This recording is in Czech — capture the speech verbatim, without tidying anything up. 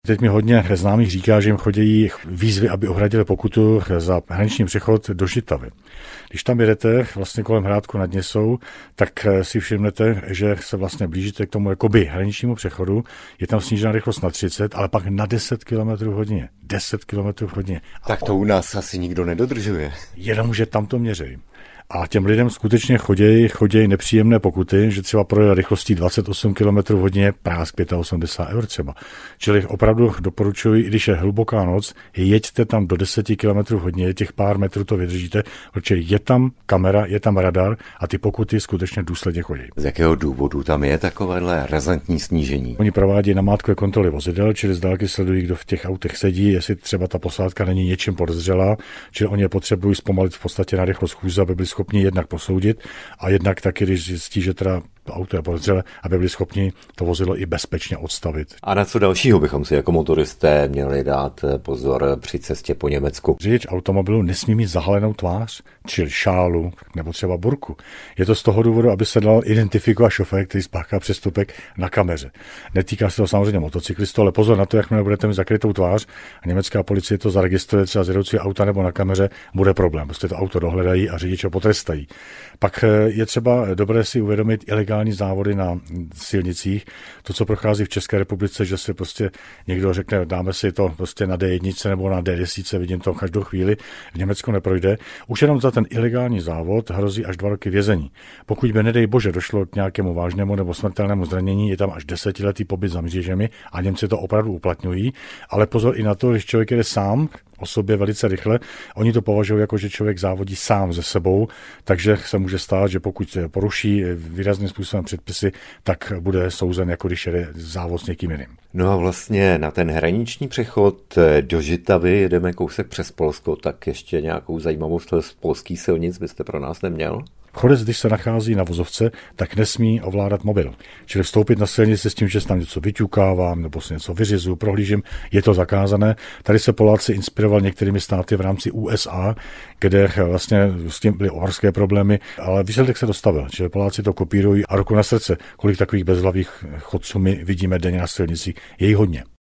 Teď mi hodně známých říká, že jim chodí výzvy, aby ohradili pokutu za hraniční přechod do Žitavy. Když tam jedete vlastně kolem Hrádku nad Nisou, tak si všimnete, že se vlastně blížíte k tomu jakoby hraničnímu přechodu. Je tam snížená rychlost na třicet, ale pak na deset kilometrů hodině. deset kilometrů hodině. Tak to u nás asi nikdo nedodržuje. Jenom, že tam to měří. A těm lidem skutečně chodějí, chodějí nepříjemné pokuty, že třeba projel rychlostí dvacet osm kilometrů hodině, prásk osmdesát pět eur třeba. Čili opravdu doporučuji, i když je hluboká noc, jeďte tam do deset kilometrů hodině, těch pár metrů to vydržíte, protože je tam kamera, je tam radar a ty pokuty skutečně důsledně chodí. Z jakého důvodu tam je takovéhle razantní snížení? Oni provádí namátkové kontroly vozidel, čili z dálky sledují, kdo v těch autech sedí, jestli třeba ta posádka není něčím podezřelá, čili oni je potřebují zpomalit v podstatě na rychlost chůze, aby byli schopni jednak posoudit a jednak taky, když zjistí, že teda to auto je podezřelé, aby byli schopni to vozidlo i bezpečně odstavit. A na co dalšího bychom si jako motoristé měli dát pozor při cestě po Německu? Řidič automobilu nesmí mít zahalenou tvář, čili šálu nebo třeba burku. Je to z toho důvodu, aby se dal identifikovat šofér, který spáchá přestupek na kameře. Netýká se to samozřejmě motocyklistů, ale pozor na to, jakmile budete mít zakrytou tvář a německá policie to zaregistruje třeba z jedoucího auta nebo na kameře, bude problém. Prostě to auto dohledají a řidiče potrestají. Pak je třeba dobré si uvědomit ilegální závody na silnicích. To, co prochází v České republice, že si prostě někdo řekne, dáme si to prostě na dé jedna nebo na dé deset, vidím to každou chvíli, v Německu neprojde. Už jenom za ten ilegální závod hrozí až dva roky vězení. Pokud by, nedej bože, došlo k nějakému vážnému nebo smrtelnému zranění, je tam až desetiletý pobyt za mřížemi a Němci to opravdu uplatňují. Ale pozor i na to, když člověk jede sám o sobě velice rychle, oni to považují jako, že člověk závodí sám ze sebou, takže se může stát, že pokud se poruší výrazným způsobem předpisy, tak bude souzen, jako když jede závod s někým jiným. No a vlastně na ten hraniční přechod do Žitavy jedeme kousek přes Polsko, tak ještě nějakou zajímavost z polských silnic byste pro nás neměl? Chodec, když se nachází na vozovce, tak nesmí ovládat mobil. Čili vstoupit na silnici s tím, že tam něco vyťukávám nebo si něco vyřizuju, prohlížím, je to zakázané. Tady se Poláci inspiroval některými státy v rámci U S A, kde vlastně s tím byly obrovské problémy, ale výsledek se dostavil. Čili Poláci to kopírují a ruku na srdce, kolik takových bezhlavých chodců my vidíme denně na silnici, je jich hodně.